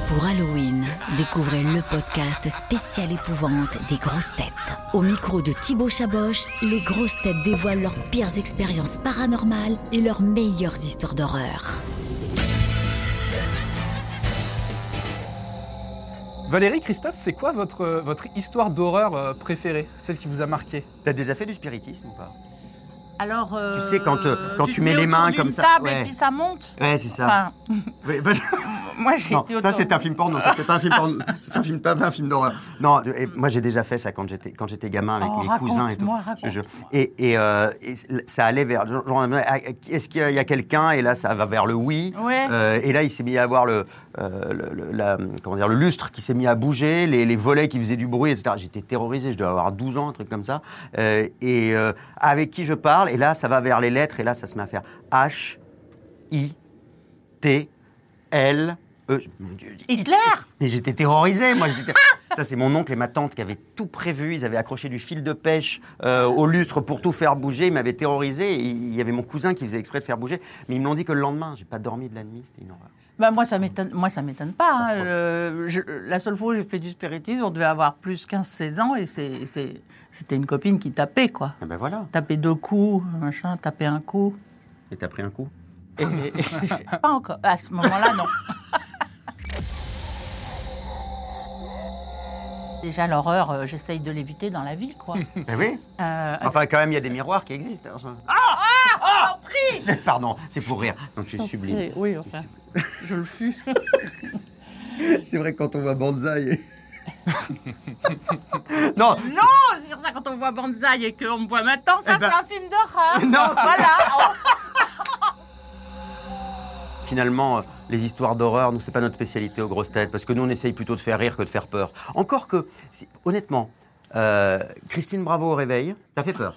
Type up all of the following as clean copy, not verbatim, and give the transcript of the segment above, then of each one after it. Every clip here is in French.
Pour Halloween, découvrez le podcast spécial épouvante des grosses têtes. Au micro de Thibaut Chaboch, les grosses têtes dévoilent leurs pires expériences paranormales et leurs meilleures histoires d'horreur. Valérie, Christophe, c'est quoi votre histoire d'horreur préférée, celle qui vous a marqué ? T'as déjà fait du spiritisme ou pas ? Alors, Tu sais, quand tu mets les mains comme ça. Table Ouais. et puis ça monte. Ouais, c'est ça. Enfin, Ouais, moi j'ai non, été ça autour. c'est un film porno, ça c'est pas un film porno, c'est un film, pas un film d'horreur. Non, et moi j'ai déjà fait ça quand j'étais gamin avec mes cousins et tout. Raconte-moi. Et ça allait vers genre, est-ce qu'il y a quelqu'un, et là ça va vers le oui. Ouais. Et là il s'est mis à avoir le lustre qui s'est mis à bouger, les volets qui faisaient du bruit, etc. J'étais terrorisé, je devais avoir 12 ans, un truc comme ça. Avec qui je parle, et là ça va vers les lettres, et là ça se met à faire H I T L E. Mon Dieu. Hitler. Et j'étais terrorisé, moi. Ça, c'est mon oncle et ma tante qui avaient tout prévu. Ils avaient accroché du fil de pêche au lustre pour tout faire bouger. Ils m'avaient terrorisé. Et il y avait mon cousin qui faisait exprès de faire bouger. Mais ils me l'ont dit que le lendemain. J'ai pas dormi de la nuit. C'était une horreur. Bah moi ça m'étonne pas. Hein. La seule fois où j'ai fait du spiritisme, on devait avoir plus 15-16 ans et c'était une copine qui tapait quoi. Et ben voilà. Taper 2 coups, machin, taper un coup. Et t'as pris un coup. Et pas encore. À ce moment-là, non. Déjà, l'horreur, j'essaye de l'éviter dans la ville, quoi. Ben oui. Enfin, quand même, il y a des miroirs qui existent. Enfin. Pardon, c'est pour rire. Donc, je suis sublime. Oui, enfin, je le fus. C'est vrai que quand on voit Banzai. Non. Non, c'est pour ça quand on voit Banzai et qu'on me voit maintenant, ça c'est un film d'horreur. Non, voilà. Finalement, les histoires d'horreur, nous, c'est pas notre spécialité aux grosses têtes, parce que nous, on essaye plutôt de faire rire que de faire peur. Encore que, honnêtement, Christine Bravo au réveil, ça fait peur.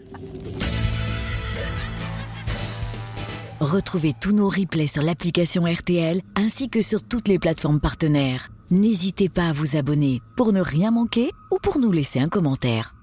Retrouvez tous nos replays sur l'application RTL ainsi que sur toutes les plateformes partenaires. N'hésitez pas à vous abonner pour ne rien manquer ou pour nous laisser un commentaire.